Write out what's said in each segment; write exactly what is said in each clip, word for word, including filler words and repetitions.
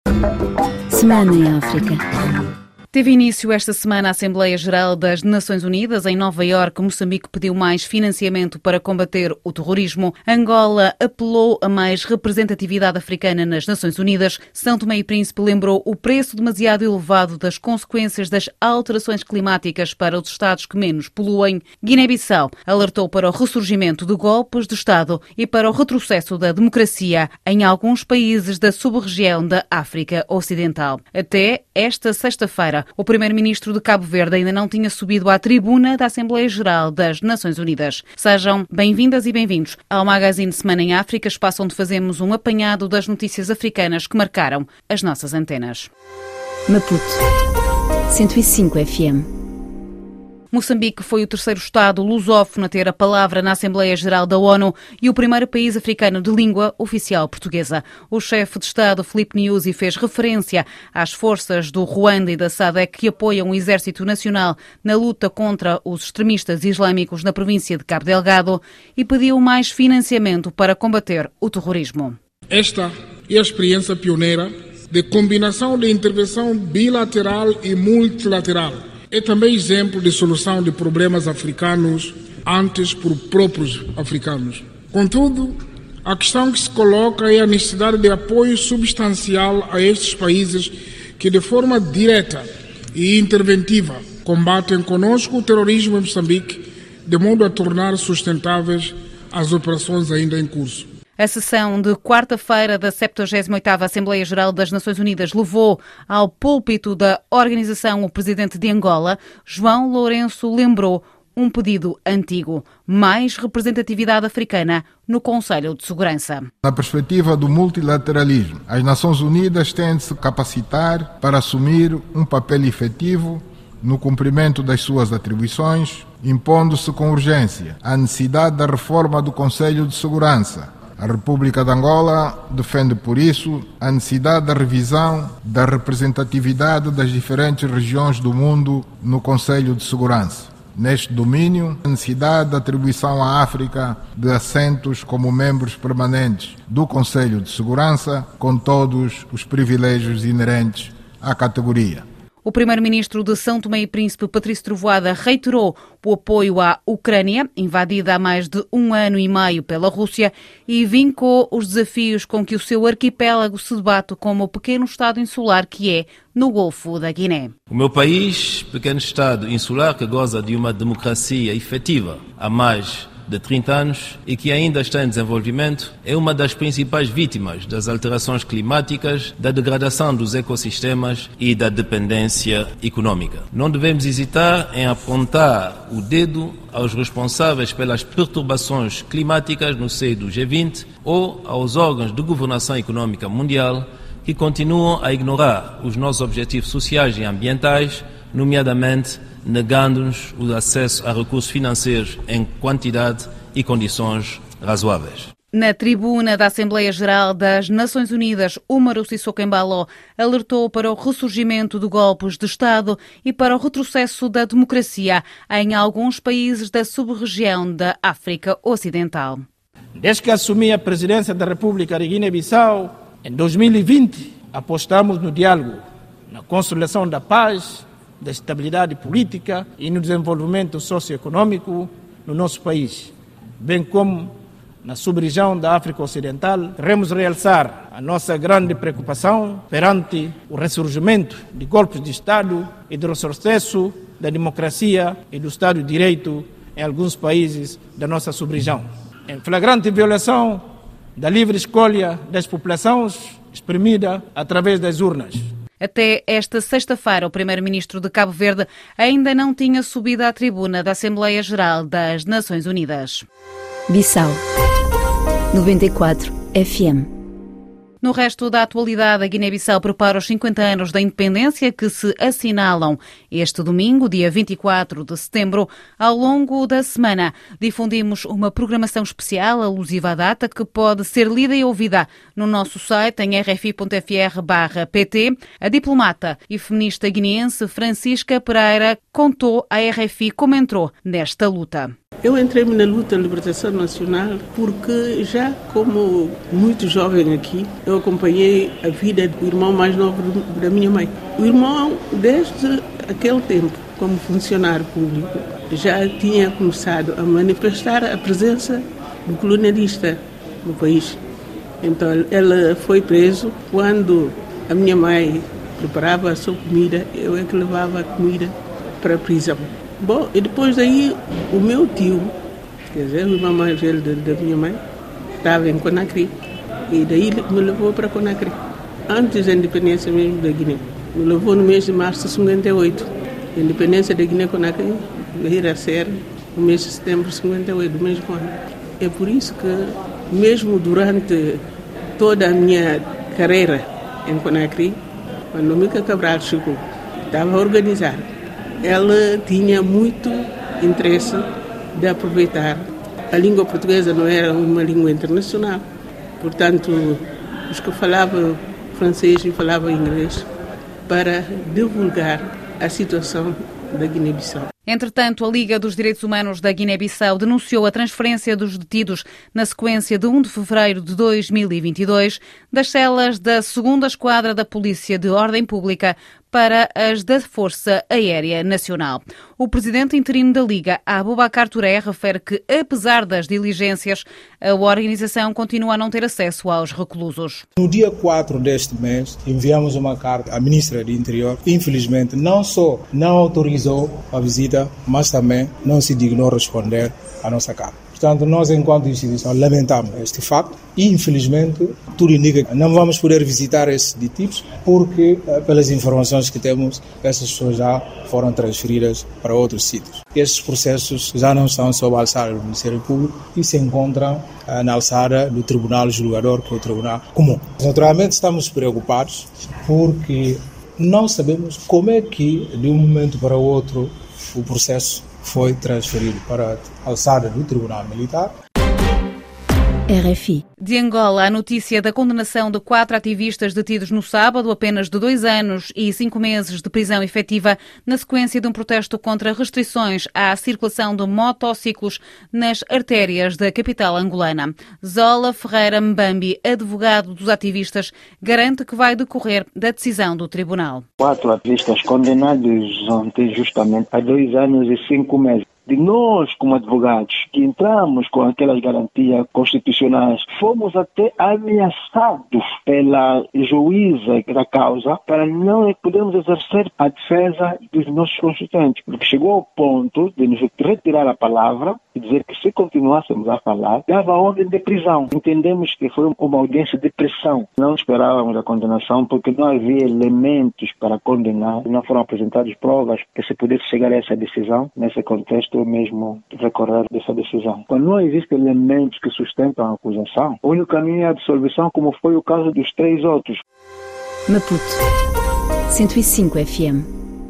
Semana em África. Teve início esta semana a Assembleia Geral das Nações Unidas. Em Nova Iorque, Moçambique pediu mais financiamento para combater o terrorismo. Angola apelou a mais representatividade africana nas Nações Unidas. São Tomé e Príncipe lembrou o preço demasiado elevado das consequências das alterações climáticas para os Estados que menos poluem. Guiné-Bissau alertou para o ressurgimento de golpes de Estado e para o retrocesso da democracia em alguns países da sub-região da África Ocidental. Até esta sexta-feira, o primeiro-ministro de Cabo Verde ainda não tinha subido à tribuna da Assembleia Geral das Nações Unidas. Sejam bem-vindas e bem-vindos ao Magazine Semana em África, espaço onde fazemos um apanhado das notícias africanas que marcaram as nossas antenas. Maputo, cento e cinco F M. Moçambique foi o terceiro Estado lusófono a ter a palavra na Assembleia Geral da ONU e o primeiro país africano de língua oficial portuguesa. O chefe de Estado, Filipe Nyusi, fez referência às forças do Ruanda e da S A D C que apoiam o Exército Nacional na luta contra os extremistas islâmicos na província de Cabo Delgado e pediu mais financiamento para combater o terrorismo. Esta é a experiência pioneira de combinação de intervenção bilateral e multilateral. É também exemplo de solução de problemas africanos antes por próprios africanos. Contudo, a questão que se coloca é a necessidade de apoio substancial a estes países que, de forma direta e interventiva, combatem conosco o terrorismo em Moçambique, de modo a tornar sustentáveis as operações ainda em curso. A sessão de quarta-feira da septuagésima oitava Assembleia Geral das Nações Unidas levou ao púlpito da organização o presidente de Angola. João Lourenço lembrou um pedido antigo: mais representatividade africana no Conselho de Segurança. Na perspectiva do multilateralismo, as Nações Unidas têm de se capacitar para assumir um papel efetivo no cumprimento das suas atribuições, impondo-se com urgência a necessidade da reforma do Conselho de Segurança. A República de Angola defende, por isso, a necessidade da revisão da representatividade das diferentes regiões do mundo no Conselho de Segurança. Neste domínio, a necessidade da atribuição à África de assentos como membros permanentes do Conselho de Segurança, com todos os privilégios inerentes à categoria. O primeiro-ministro de São Tomé e Príncipe, Patrício Trovoada, reiterou o apoio à Ucrânia, invadida há mais de um ano e meio pela Rússia, e vincou os desafios com que o seu arquipélago se debate como o pequeno Estado insular que é no Golfo da Guiné. O meu país, pequeno Estado insular que goza de uma democracia efetiva há mais de trinta anos e que ainda está em desenvolvimento, é uma das principais vítimas das alterações climáticas, da degradação dos ecossistemas e da dependência econômica. Não devemos hesitar em apontar o dedo aos responsáveis pelas perturbações climáticas no seio do G vinte ou aos órgãos de governação econômica mundial que continuam a ignorar os nossos objetivos sociais e ambientais, nomeadamente negando-nos o acesso a recursos financeiros em quantidade e condições razoáveis. Na tribuna da Assembleia Geral das Nações Unidas, Umaru Sissoko Embalo alertou para o ressurgimento de golpes de Estado e para o retrocesso da democracia em alguns países da sub-região da África Ocidental. Desde que assumi a presidência da República de Guiné-Bissau, em dois mil e vinte, apostamos no diálogo, na consolidação da paz, da estabilidade política e no desenvolvimento socioeconômico no nosso país, bem como na sub-região da África Ocidental. Queremos realçar a nossa grande preocupação perante o ressurgimento de golpes de Estado e do retrocesso da democracia e do Estado de Direito em alguns países da nossa sub-região, em flagrante violação da livre escolha das populações exprimida através das urnas. Até esta sexta-feira, o primeiro-ministro de Cabo Verde ainda não tinha subido à tribuna da Assembleia Geral das Nações Unidas. Bissau, noventa e quatro F M. No resto da atualidade, a Guiné-Bissau prepara os cinquenta anos da independência que se assinalam este domingo, dia vinte e quatro de setembro. Ao longo da semana, difundimos uma programação especial alusiva à data que pode ser lida e ouvida no nosso site em r f i ponto f r barra p t. A diplomata e feminista guineense Francisca Pereira contou à R F I como entrou nesta luta. Eu entrei-me na luta de libertação nacional porque já como muito jovem aqui, eu acompanhei a vida do irmão mais novo da minha mãe. O irmão, desde aquele tempo, como funcionário público, já tinha começado a manifestar a presença do colonialista no país. Então ele foi preso quando a minha mãe preparava a sua comida, eu é que levava a comida para a prisão. Bom, e depois daí o meu tio, quer dizer, o irmão mais velho da minha mãe, estava em Conakry e daí me levou para Conakry, antes da independência mesmo da Guiné. Me levou no mês de março de cinquenta e oito. A independência da Guiné-Conakry veio a ser no mês de setembro de cinquenta e oito, do mesmo ano. É por isso que, mesmo durante toda a minha carreira em Conakry, quando o Mica Cabral chegou, estava a organizar. Ela tinha muito interesse de aproveitar. A língua portuguesa não era uma língua internacional, portanto, os que falavam francês e falavam inglês, para divulgar a situação da Guiné-Bissau. Entretanto, a Liga dos Direitos Humanos da Guiné-Bissau denunciou a transferência dos detidos na sequência de um de fevereiro de dois mil e vinte e dois das celas da segunda Esquadra da Polícia de Ordem Pública para as da Força Aérea Nacional. O presidente interino da Liga, Aboubacar Touré, refere que, apesar das diligências, a organização continua a não ter acesso aos reclusos. No dia quatro deste mês, enviamos uma carta à Ministra do Interior. Infelizmente, não só não autorizou a visita, mas também não se dignou responder à nossa carta. Portanto, nós, enquanto instituição, lamentamos este facto e, infelizmente, tudo indica que não vamos poder visitar esses detidos porque, pelas informações que temos, essas pessoas já foram transferidas para outros sítios. Estes processos já não estão sob a alçada do Ministério Público e se encontram na alçada do Tribunal Julgador, que é o Tribunal Comum. Naturalmente, estamos preocupados porque não sabemos como é que, de um momento para o outro, o processo foi transferido para a alçada do Tribunal Militar. R F I. De Angola, a notícia da condenação de quatro ativistas detidos no sábado, apenas de dois anos e cinco meses de prisão efetiva, na sequência de um protesto contra restrições à circulação de motociclos nas artérias da capital angolana. Zola Ferreira Mbambi, advogado dos ativistas, garante que vai decorrer da decisão do tribunal. Quatro ativistas condenados ontem justamente a dois anos e cinco meses. De nós, como advogados, que entramos com aquelas garantias constitucionais, fomos até ameaçados pela juíza da causa para não podermos exercer a defesa dos nossos constituintes, porque chegou ao ponto de nos retirar a palavra e dizer que se continuássemos a falar, dava ordem de prisão. Entendemos que foi uma audiência de pressão. Não esperávamos a condenação porque não havia elementos para condenar, não foram apresentadas provas que se pudesse chegar a essa decisão. Nesse contexto, mesmo recorrer dessa decisão. Quando não existem elementos que sustentam a acusação, o único caminho é a absolvição, como foi o caso dos três outros. Maputo, cento e cinco F M.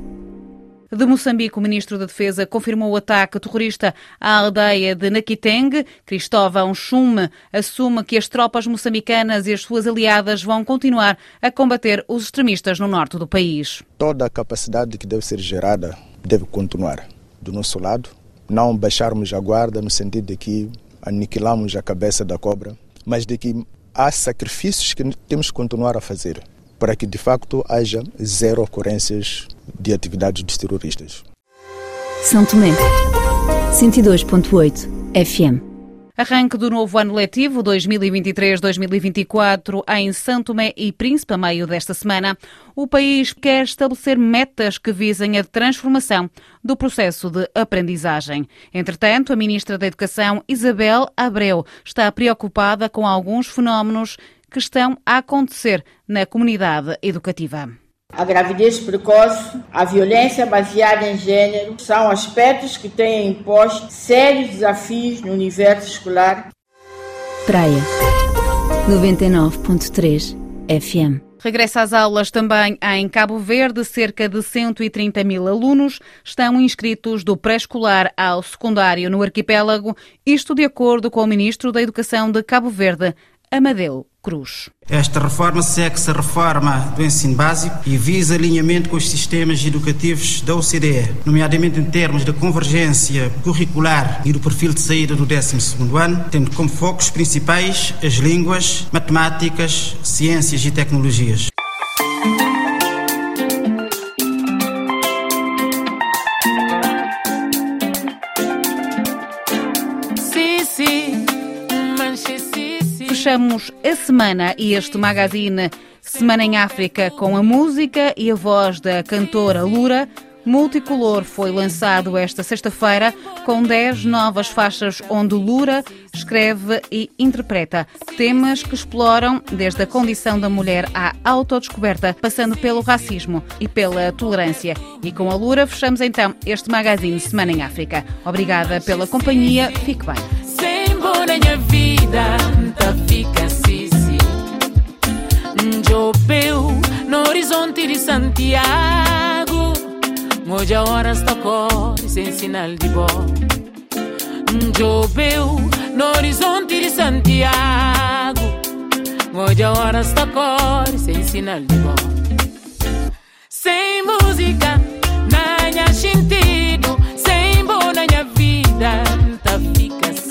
De Moçambique, o ministro da Defesa confirmou o ataque terrorista à aldeia de Naquiteng. Cristóvão Chume assume que as tropas moçambicanas e as suas aliadas vão continuar a combater os extremistas no norte do país. Toda a capacidade que deve ser gerada deve continuar. Do nosso lado, não baixarmos a guarda no sentido de que aniquilamos a cabeça da cobra, mas de que há sacrifícios que temos que continuar a fazer para que, de facto, haja zero ocorrências de atividades dos terroristas. São Tomé, cento e dois ponto oito F M. Arranque do novo ano letivo dois mil e vinte e três dois mil e vinte e quatro em São Tomé e Príncipe, a meio desta semana. O país quer estabelecer metas que visem a transformação do processo de aprendizagem. Entretanto, a ministra da Educação, Isabel Abreu, está preocupada com alguns fenómenos que estão a acontecer na comunidade educativa. A gravidez precoce, a violência baseada em género são aspectos que têm imposto sérios desafios no universo escolar. Praia, noventa e nove ponto três F M. Regressa às aulas também em Cabo Verde. Cerca de cento e trinta mil alunos estão inscritos do pré-escolar ao secundário no arquipélago, isto de acordo com o ministro da Educação de Cabo Verde, Amadeu Cruz. Esta reforma segue-se a reforma do ensino básico e visa alinhamento com os sistemas educativos da O C D E, nomeadamente em termos da convergência curricular e do perfil de saída do décimo segundo ano, tendo como focos principais as línguas, matemáticas, ciências e tecnologias. Fechamos a semana e este magazine Semana em África com a música e a voz da cantora Lura. Multicolor foi lançado esta sexta-feira com dez novas faixas onde Lura escreve e interpreta temas que exploram desde a condição da mulher à autodescoberta, passando pelo racismo e pela tolerância. E com a Lura fechamos então este magazine Semana em África. Obrigada pela companhia, fique bem. Minha vida tá fica assim, Jopeu no horizonte de Santiago, hoje a hora está cor sem sinal de bom. Jopeu no horizonte de Santiago, hoje a hora está cor sem sinal de bom. Sem música não há sentido, sem boa na minha vida tá fica assim.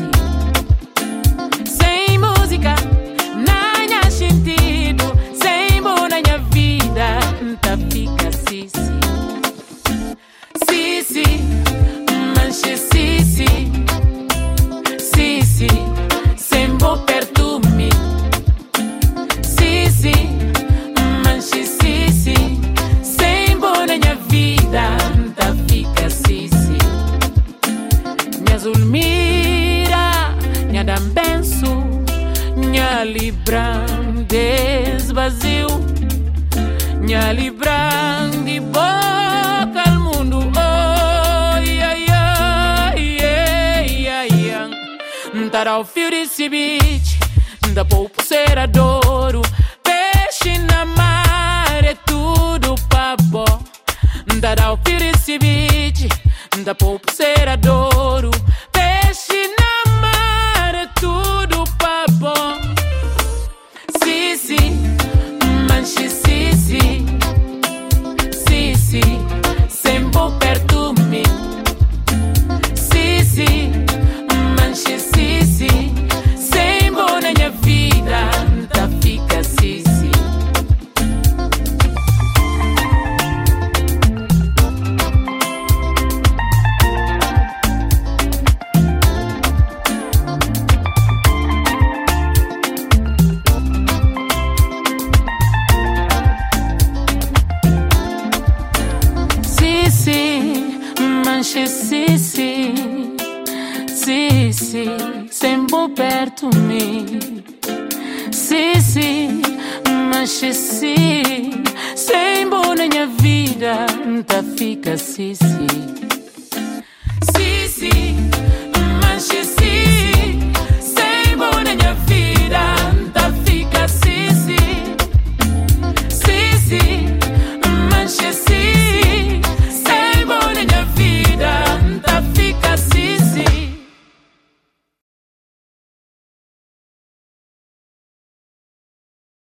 Vazio, minha libran de boca ao mundo, oh, yeah, yeah, yeah, yeah, yeah. Tará o fio desse beach, da pouco ser adoro, peixe na mar é tudo pra bom. Tará o fio desse beach, da pouco ser adoro, peixe na mar é tudo pra bom. Sim, sim. Manche, sim, sim, sim, sim, sempre perto de mim. Sim, sim, manche, sim, sim, sempre na minha vida, tá fica sim, sim. Manche, sim, sim, sim, sim, sempre perto de mim. Sim, sim, manche, sim, sempre na minha vida, tá fica sim, sim.